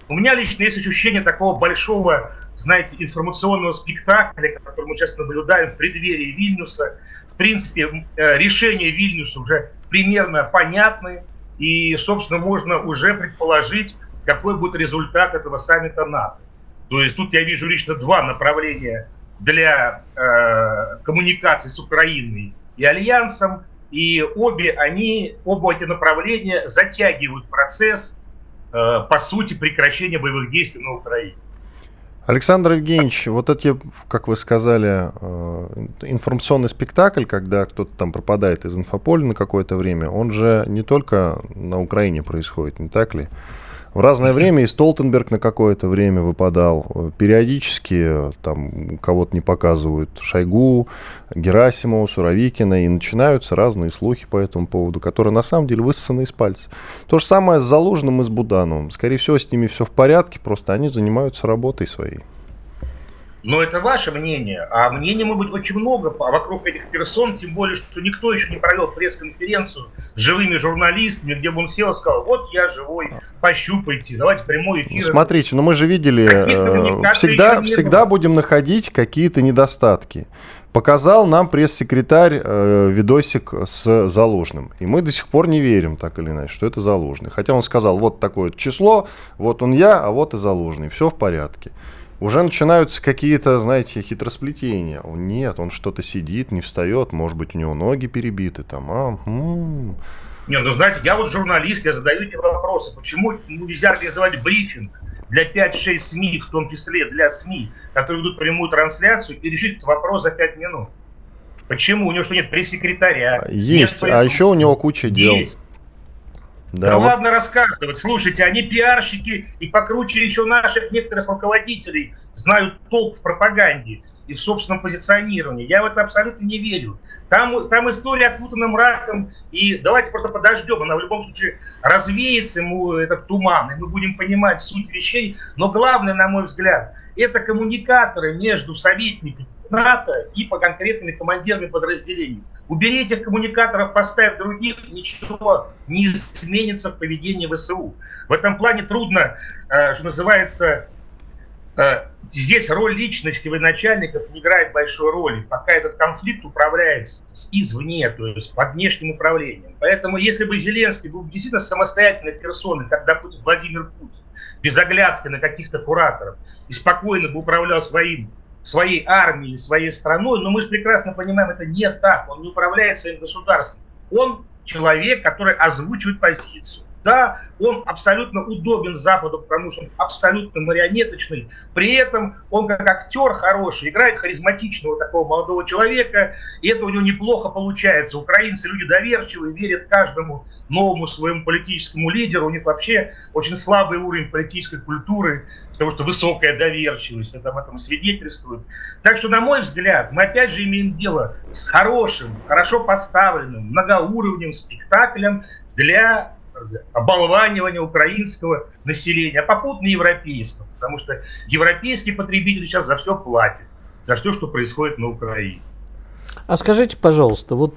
[SPEAKER 5] У меня лично есть ощущение такого большого, знаете, информационного спектакля, который мы сейчас наблюдаем в преддверии Вильнюса. В принципе, решения Вильнюса уже примерно понятны, и, собственно, можно уже предположить, какой будет результат этого саммита НАТО. То есть тут я вижу лично два направления для э, коммуникации с Украиной и Альянсом, и обе они, оба эти направления затягивают процесс, э, по сути, прекращения боевых действий на Украине.
[SPEAKER 2] Александр Евгеньевич, вот эти, как вы сказали, информационный спектакль, когда кто-то там пропадает из инфополя на какое-то время, он же не только на Украине происходит, не так ли? В разное время и Столтенберг на какое-то время выпадал. Периодически там кого-то не показывают. Шойгу, Герасимова, Суровикина. И начинаются разные слухи по этому поводу, которые на самом деле высосаны из пальца. То же самое с Залужным и с Будановым. Скорее всего, с ними все в порядке, просто они занимаются работой своей.
[SPEAKER 5] Но это ваше мнение, а мнений может быть очень много вокруг этих персон, тем более, что никто еще не провел пресс-конференцию с живыми журналистами, где бы он сел и сказал: вот я живой, пощупайте, давайте прямой эфир.
[SPEAKER 2] Ну, смотрите, ну мы же видели, э, всегда, всегда будем находить какие-то недостатки. Показал нам пресс-секретарь э, видосик с Залужным, и мы до сих пор не верим, так или иначе, что это Залужный. Хотя он сказал: вот такое число, вот он я, а вот и Залужный, все в порядке. Уже начинаются какие-то, знаете, хитросплетения. Нет, он что-то сидит, не встает, может быть, у него ноги перебиты там. А, м-м.
[SPEAKER 5] Не, ну знаете, я вот журналист, я задаю эти вопросы. Почему нельзя организовать брифинг для пять-шесть СМИ, в том числе для СМИ, которые ведут прямую трансляцию, и решить этот вопрос за пять минут? Почему? У него что, нет пресс-секретаря?
[SPEAKER 2] Есть,
[SPEAKER 5] нет
[SPEAKER 2] а еще у него куча дел.
[SPEAKER 5] Есть.
[SPEAKER 2] Да,
[SPEAKER 5] да
[SPEAKER 2] вот.
[SPEAKER 5] Ладно рассказывать. Слушайте, они пиарщики и покруче еще наших некоторых руководителей знают толк в пропаганде и в собственном позиционировании. Я в это абсолютно не верю. Там, там история окутана мраком, и давайте просто подождем. Она в любом случае развеется, ему этот туман, и мы будем понимать суть вещей. Но главное, на мой взгляд, это коммуникаторы между советниками НАТО и по конкретным командирным подразделениям. Убери этих коммуникаторов, поставь других, ничего не изменится в поведении ВСУ. В этом плане трудно, э, что называется, э, здесь роль личности военачальников не играет большой роли, пока этот конфликт управляется извне, то есть под внешним управлением. Поэтому если бы Зеленский был действительно самостоятельной персоной, как, допустим, Владимир Путин, без оглядки на каких-то кураторов, и спокойно бы управлял своим своей армией, своей страной, но мы же прекрасно понимаем, это не так. Он не управляет своим государством. Он человек, который озвучивает позицию. Да, он абсолютно удобен Западу, потому что он абсолютно марионеточный. При этом он как актер хороший, играет харизматичного такого молодого человека, и это у него неплохо получается. Украинцы люди доверчивые, верят каждому новому своему политическому лидеру. У них вообще очень слабый уровень политической культуры, потому что высокая доверчивость, это об этом свидетельствует. Так что, на мой взгляд, мы опять же имеем дело с хорошим, хорошо поставленным, многоуровневым спектаклем для оболванивания украинского населения, а попутно европейского, потому что европейские потребители сейчас за все платят, за все, что происходит на Украине.
[SPEAKER 3] А скажите, пожалуйста, вот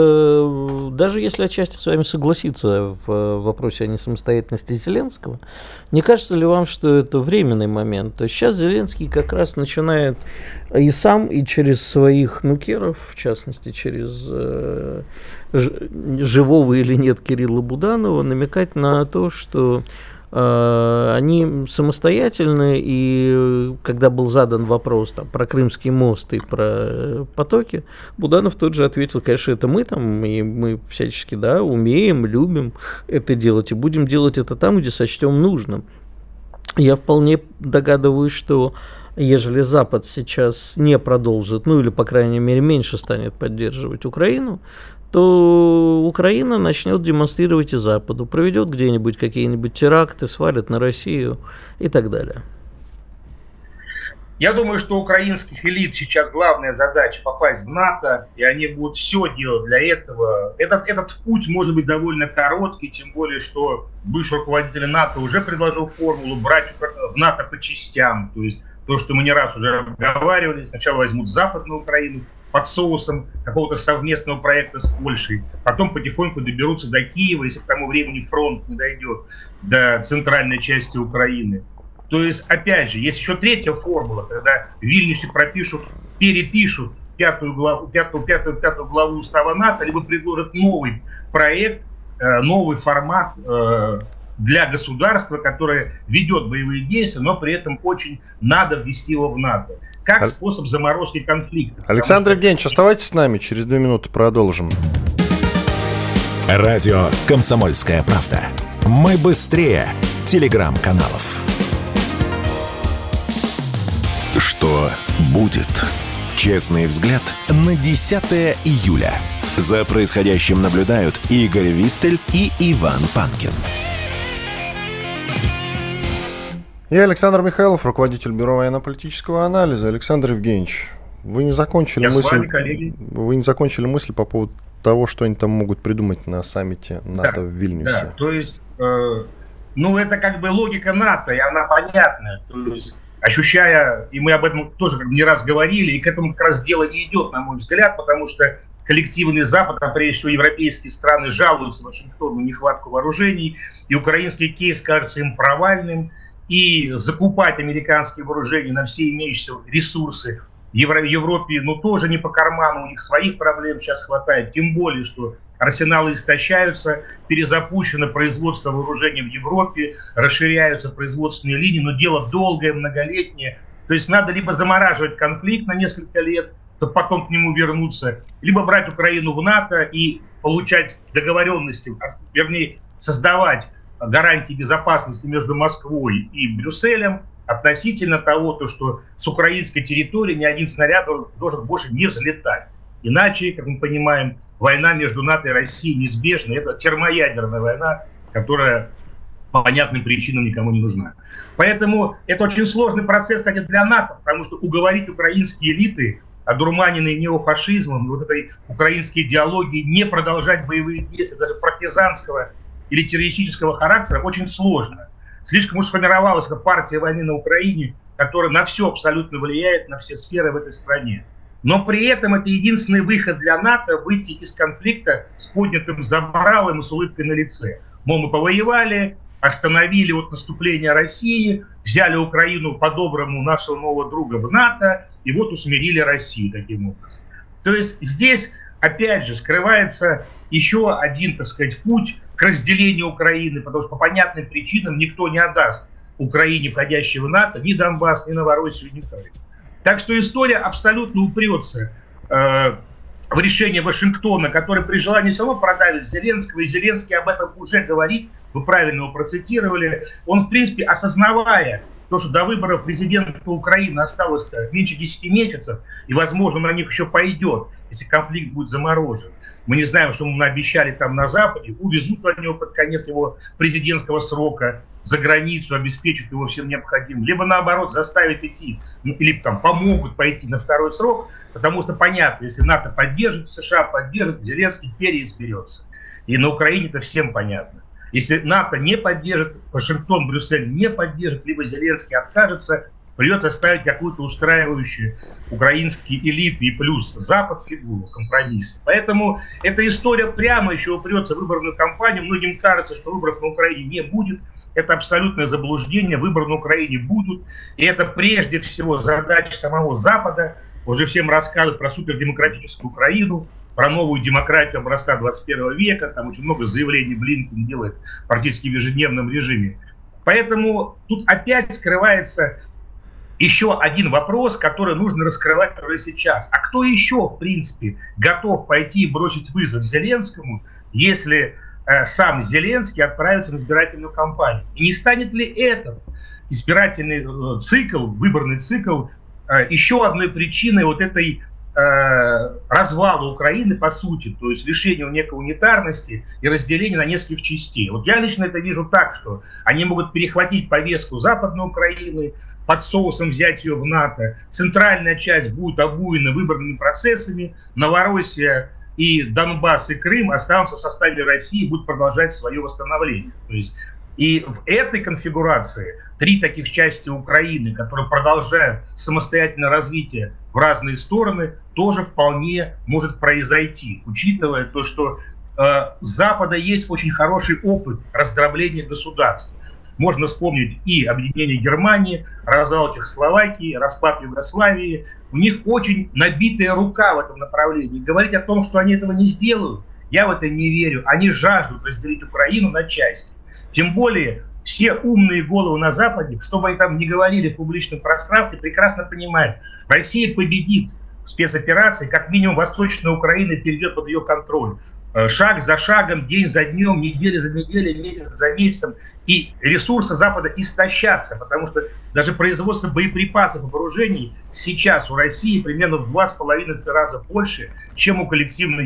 [SPEAKER 3] э, даже если отчасти с вами согласиться в э, вопросе о несамостоятельности Зеленского, не кажется ли вам, что это временный момент? То есть сейчас Зеленский как раз начинает и сам, и через своих нукеров, в частности, через э, ж, живого или нет Кирилла Буданова, намекать на то, что они самостоятельны, и когда был задан вопрос там, про Крымский мост и про потоки, Буданов тут же ответил: конечно, это мы там, и мы всячески, да, умеем, любим это делать, и будем делать это там, где сочтем нужным. Я вполне догадываюсь, что ежели Запад сейчас не продолжит, ну или, по крайней мере, меньше станет поддерживать Украину, то Украина начнет демонстрировать и Западу, проведет где-нибудь какие-нибудь теракты, свалит на Россию и так далее.
[SPEAKER 5] Я думаю, что у украинских элит сейчас главная задача попасть в НАТО, и они будут все делать для этого. Этот, этот путь может быть довольно короткий, тем более, что бывший руководитель НАТО уже предложил формулу брать в НАТО по частям. То есть то, что мы не раз уже разговаривали, сначала возьмут Западную Украину под соусом какого-то совместного проекта с Польшей, потом потихоньку доберутся до Киева, если к тому времени фронт не дойдет до центральной части Украины. То есть, опять же, есть еще третья формула, когда в Вильнюсе пропишут, перепишут пятую главу, пятую, пятую, пятую главу устава НАТО, либо предложат новый проект, новый формат для государства, которое ведет боевые действия, но при этом очень надо ввести его в НАТО. Как способ заморозки конфликта.
[SPEAKER 2] Александр что... Евгеньевич, оставайтесь с нами, через две минуты продолжим.
[SPEAKER 1] Радио «Комсомольская правда». Мы быстрее телеграм-каналов. Что будет? Честный взгляд на десятое июля. За происходящим наблюдают Игорь Виттель и Иван Панкин.
[SPEAKER 2] Я Александр Михайлов, руководитель Бюро военно-политического анализа. Александр Евгеньевич, вы не закончили
[SPEAKER 5] Я
[SPEAKER 2] мысль.
[SPEAKER 5] С вами, коллеги.
[SPEAKER 2] Вы не закончили мысль по поводу того, что они там могут придумать на саммите НАТО
[SPEAKER 5] да,
[SPEAKER 2] в Вильнюсе.
[SPEAKER 5] Да, то есть, э, ну это как бы логика НАТО, и она понятная. То есть, ощущая, и мы об этом тоже как бы не раз говорили, и к этому как раз дело и идет, на мой взгляд, потому что коллективный Запад, а прежде всего европейские страны, жалуются Вашингтону на нехватку вооружений, и украинский кейс кажется им провальным, и закупать американские вооружения на все имеющиеся ресурсы в Европе, ну, тоже не по карману, у них своих проблем сейчас хватает, тем более, что арсеналы истощаются, перезапущено производство вооружений в Европе, расширяются производственные линии, но дело долгое, многолетнее, то есть надо либо замораживать конфликт на несколько лет, чтобы потом к нему вернуться, либо брать Украину в НАТО и получать договоренности, вернее, создавать гарантии безопасности между Москвой и Брюсселем относительно того, то, что с украинской территории ни один снаряд должен больше не взлетать. Иначе, как мы понимаем, война между НАТО и Россией неизбежна. Это термоядерная война, которая по понятным причинам никому не нужна. Поэтому это очень сложный процесс, кстати, для НАТО, потому что уговорить украинские элиты, одурманенные неофашизмом, вот этой украинской идеологией, не продолжать боевые действия, даже партизанского или террористического характера, очень сложно. Слишком уж сформировалась партия войны на Украине, которая на все абсолютно влияет, на все сферы в этой стране. Но при этом это единственный выход для НАТО выйти из конфликта с поднятым забралом и с улыбкой на лице. Мол, мы повоевали, остановили вот наступление России, взяли Украину по-доброму нашего нового друга в НАТО, и вот усмирили Россию таким образом. То есть здесь, опять же, скрывается еще один, так сказать, путь к разделению Украины, потому что по понятным причинам никто не отдаст Украине, входящей в НАТО, ни Донбасс, ни Новороссию, ни Крым. Так что история абсолютно упрется э, в решение Вашингтона, который при желании все равно продавит Зеленского, и Зеленский об этом уже говорит, вы правильно его процитировали. Он, в принципе, осознавая то, что до выборов президента Украины осталось-то меньше десяти месяцев, и, возможно, на них еще пойдет, если конфликт будет заморожен. Мы не знаем, что мы обещали там на Западе, увезут от него под конец его президентского срока за границу, обеспечат его всем необходимым, либо наоборот заставят идти, ну, или там помогут пойти на второй срок, потому что понятно, если НАТО поддержит, США поддержит, Зеленский переизберется. И на Украине это всем понятно. Если НАТО не поддержит, Вашингтон, Брюссель не поддержит, либо Зеленский откажется, придется ставить какую-то устраивающую украинские элиты и плюс Запад фигуру, компромиссы. Поэтому эта история прямо еще упрется в выборную кампанию. Многим кажется, что выборов на Украине не будет. Это абсолютное заблуждение. Выборы на Украине будут. И это прежде всего задача самого Запада. Уже всем рассказывают про супердемократическую Украину, про новую демократию образца двадцать первого века. Там очень много заявлений Блинкен делает практически в ежедневном режиме. Поэтому тут опять скрывается еще один вопрос, который нужно раскрывать уже сейчас. А кто еще, в принципе, готов пойти и бросить вызов Зеленскому, если э, сам Зеленский отправится на избирательную кампанию? И не станет ли этот избирательный э, цикл, выборный цикл, э, еще одной причиной вот этой э, развала Украины, по сути, то есть лишения некой унитарности и разделения на нескольких частей? Вот я лично это вижу так, что они могут перехватить повестку Западной Украины, под соусом взять ее в НАТО. Центральная часть будет обуена выборными процессами. Новороссия и Донбасс и Крым останутся в составе России и будут продолжать свое восстановление. То есть и в этой конфигурации три таких части Украины, которые продолжают самостоятельное развитие в разные стороны, тоже вполне может произойти, учитывая то, что э, у Запада есть очень хороший опыт раздробления государств. можно вспомнить и объединение Германии, развал Чехословакии, распад Югославии. У них очень набитая рука в этом направлении. Говорить о том, что они этого не сделают, я в это не верю. Они жаждут разделить Украину на части. Тем более все умные головы на Западе, что бы они там ни говорили в публичном пространстве, прекрасно понимают, Россия победит в спецоперации, как минимум Восточная Украина перейдет под ее контроль. Шаг за шагом, день за днем, неделя за неделей, месяц за месяцем. И ресурсы Запада истощатся, потому что даже производство боеприпасов и вооружений сейчас у России примерно в два с половиной раза больше, чем у коллективной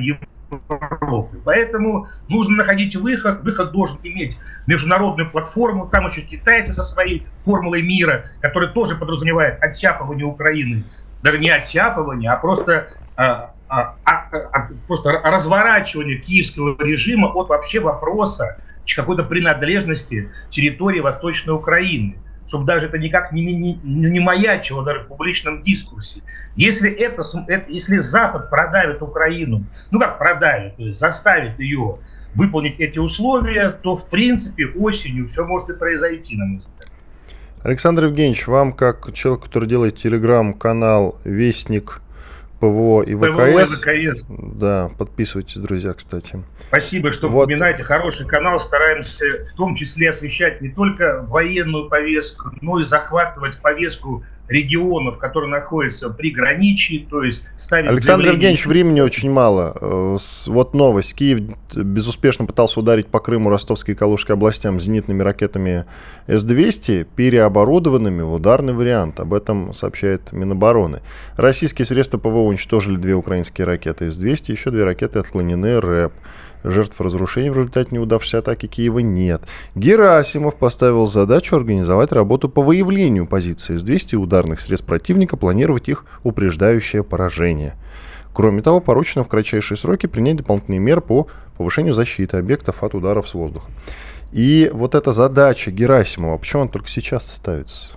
[SPEAKER 5] Европы. Поэтому нужно находить выход. Выход должен иметь международную платформу. Там еще китайцы со своей формулой мира, которая тоже подразумевает оттяпывание Украины. Даже не оттяпывание, а просто... А, а, а, просто разворачивание киевского режима от вообще вопроса какой-то принадлежности территории Восточной Украины, чтобы даже это никак не, не, не маячило даже в публичном дискурсе. Если, это, это, если Запад продавит Украину, ну как продавит, то есть заставит ее выполнить эти условия, то в принципе осенью все может и произойти, на мой взгляд.
[SPEAKER 2] Александр Евгеньевич, вам как человек, который делает телеграм-канал «Вестник ПВО и ВКС». ПВО и ВКС. Да, подписывайтесь, друзья, кстати.
[SPEAKER 5] Спасибо, что вот. Вспоминаете. Хороший канал. Стараемся в том числе освещать не только военную повестку, но и захватывать повестку регионов, которые находятся при граничии, то есть ставить...
[SPEAKER 2] Александр Евгеньевич, времени очень мало. Вот новость. Киев безуспешно пытался ударить по Крыму, Ростовской и Калужской областям зенитными ракетами эс двести, переоборудованными в ударный вариант. Об этом сообщает Минобороны. Российские средства ПВО уничтожили две украинские ракеты эс двести, еще две ракеты отклонены РЭП. Жертв разрушений в результате неудавшейся атаки Киева нет. Герасимов поставил задачу организовать работу по выявлению позиций эс двести и ударных средств противника, планировать их упреждающее поражение. Кроме того, поручено в кратчайшие сроки принять дополнительные меры по повышению защиты объектов от ударов с воздуха. И вот эта задача Герасимова, почему она только сейчас ставится?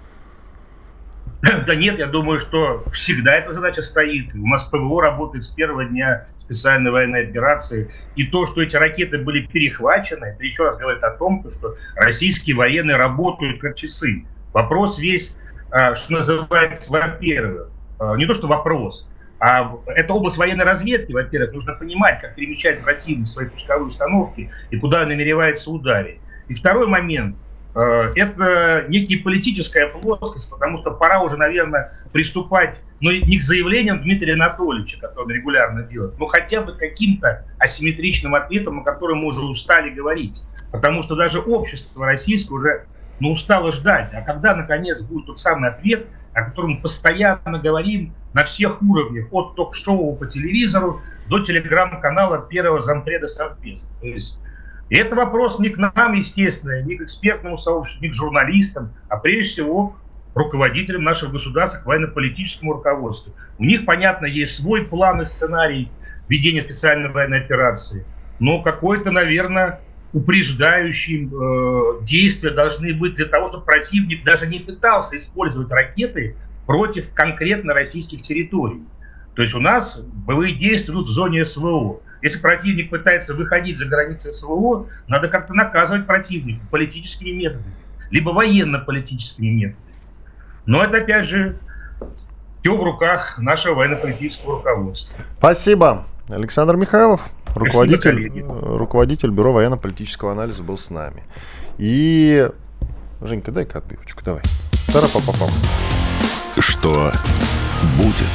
[SPEAKER 5] Да нет, я думаю, что всегда эта задача стоит. У нас ПВО работает с первого дня специальной военной операции. И то, что эти ракеты были перехвачены, это еще раз говорит о том, что российские военные работают как часы. Вопрос весь, что называется, во-первых, не то что вопрос, а это область военной разведки, во-первых, нужно понимать, как перемещает противник свои пусковые установки и куда он намеревается ударить. И второй момент. Это некая политическая плоскость, потому что пора уже, наверное, приступать, ну, не к заявлениям Дмитрия Анатольевича, который он регулярно делает, но хотя бы каким-то асимметричным ответом, о котором мы уже устали говорить. Потому что даже общество российское уже ну, устало ждать. А когда, наконец, будет тот самый ответ, о котором мы постоянно говорим на всех уровнях, от ток-шоу по телевизору до телеграм-канала первого зампреда Совбеза. То есть и это вопрос не к нам, естественно, не к экспертному сообществу, не к журналистам, а прежде всего руководителям нашего государства, к военно-политическому руководству. У них, понятно, есть свой план и сценарий ведения специальной военной операции, но какой-то, наверное, упреждающие э, действия должны быть для того, чтобы противник даже не пытался использовать ракеты против конкретно российских территорий. То есть у нас боевые действия идут в зоне СВО. Если противник пытается выходить за границы СВО, надо как-то наказывать противника политическими методами, либо военно-политическими методами. Но это, опять же, все в руках нашего военно-политического руководства.
[SPEAKER 2] Спасибо. Александр Михайлов, руководитель, руководитель Бюро военно-политического анализа, был с нами. И, Женька, дай-ка отбивочку, давай. Тара-па-па-пам.
[SPEAKER 1] Что будет?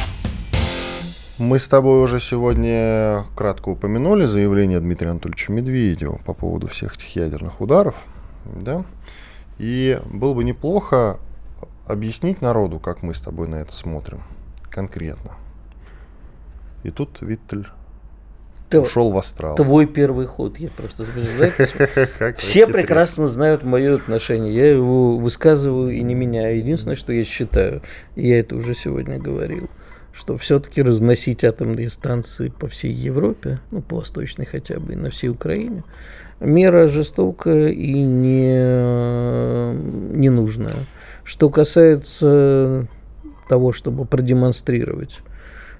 [SPEAKER 2] Мы с тобой уже сегодня кратко упомянули заявление Дмитрия Анатольевича Медведева по поводу всех этих ядерных ударов, да? И было бы неплохо объяснить народу, как мы с тобой на это смотрим конкретно. И тут Виттель Т- ушел в астрал.
[SPEAKER 3] Твой первый ход, я просто все прекрасно знают мое отношение, я его высказываю и не меняю. Единственное, что я считаю, и я это уже сегодня говорил, что все-таки разносить атомные станции по всей Европе, ну, по восточной хотя бы, и на всей Украине, мера жестокая и не, ненужная. Что касается того, чтобы продемонстрировать,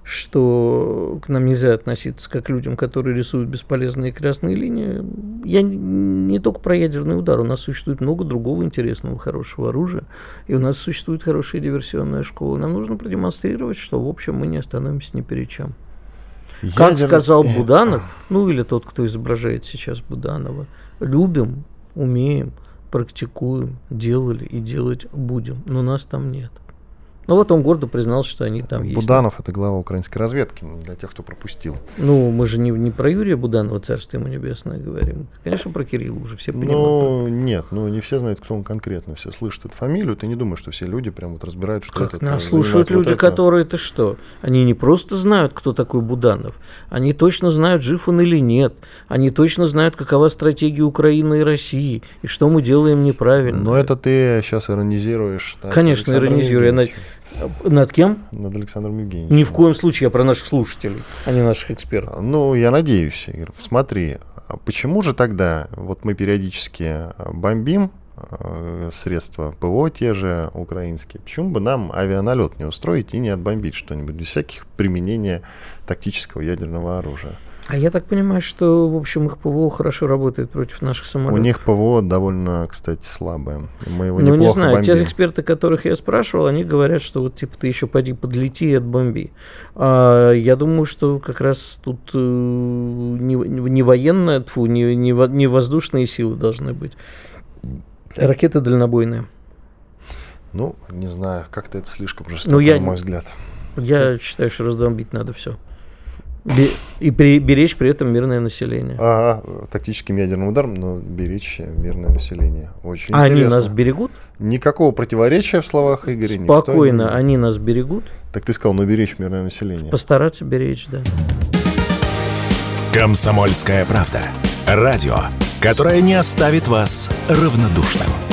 [SPEAKER 3] что к нам нельзя относиться как к людям, которые рисуют бесполезные красные линии. Я не только про ядерный удар. У нас существует много другого интересного, хорошего оружия. И у нас существует хорошая диверсионная школа. Нам нужно продемонстрировать, что, в общем, мы не остановимся ни перед чем. Ядер... Как сказал Буданов, ну или тот, кто изображает сейчас Буданова, любим, умеем, практикуем, делали и делать будем. Но нас там нет. Ну вот он гордо признался, что они там
[SPEAKER 2] Буданов
[SPEAKER 3] есть.
[SPEAKER 2] Буданов – это глава украинской разведки, для тех, кто пропустил.
[SPEAKER 3] Ну, мы же не, не про Юрия Буданова, царство ему небесное, говорим. Конечно, про Кирилла уже все понимают.
[SPEAKER 2] Ну, нет, ну не все знают, кто он конкретно. Все слышат эту фамилию. Ты не думаешь, что все люди прям вот разбирают, что
[SPEAKER 3] как
[SPEAKER 2] это.
[SPEAKER 3] Нас слушают люди, вот которые-то что? Они не просто знают, кто такой Буданов. Они точно знают, жив он или нет. Они точно знают, какова стратегия Украины и России. И что мы делаем неправильно.
[SPEAKER 2] Но это ты сейчас иронизируешь.
[SPEAKER 3] Да, конечно, иронизирую. Над... над кем?
[SPEAKER 2] Над Александром Евгеньевичем.
[SPEAKER 3] Ни в коем случае, я про наших слушателей, а не наших экспертов.
[SPEAKER 2] Ну, я надеюсь, Игорь. Смотри, почему же тогда вот мы периодически бомбим э, средства ПВО те же украинские, почему бы нам авианалет не устроить и не отбомбить что-нибудь без всяких применения тактического ядерного оружия?
[SPEAKER 3] А я так понимаю, что, в общем, их ПВО хорошо работает против наших самолетов.
[SPEAKER 2] У них ПВО довольно, кстати, слабое. Мы его
[SPEAKER 3] ну,
[SPEAKER 2] неплохо
[SPEAKER 3] не знаю,
[SPEAKER 2] бомбим.
[SPEAKER 3] Те эксперты, которых я спрашивал, они говорят, что вот типа ты еще поди подлети и отбомби. А я думаю, что как раз тут э, не, не военная, тьфу, не, не, не воздушные силы должны быть. Ракеты дальнобойные.
[SPEAKER 2] Ну, не знаю, как-то это слишком жестоко,
[SPEAKER 3] ну, я,
[SPEAKER 2] на мой взгляд.
[SPEAKER 3] Я считаю, что разбомбить надо все. И при, беречь при этом мирное население.
[SPEAKER 2] Ага, тактическим ядерным ударом, но беречь мирное население. Очень
[SPEAKER 3] а
[SPEAKER 2] интересно.
[SPEAKER 3] Они нас берегут?
[SPEAKER 2] Никакого противоречия в словах Игоря.
[SPEAKER 3] Спокойно, они нас берегут?
[SPEAKER 2] Так ты сказал, ну беречь мирное население.
[SPEAKER 3] Постараться беречь, да.
[SPEAKER 1] «Комсомольская правда». Радио, которое не оставит вас равнодушным.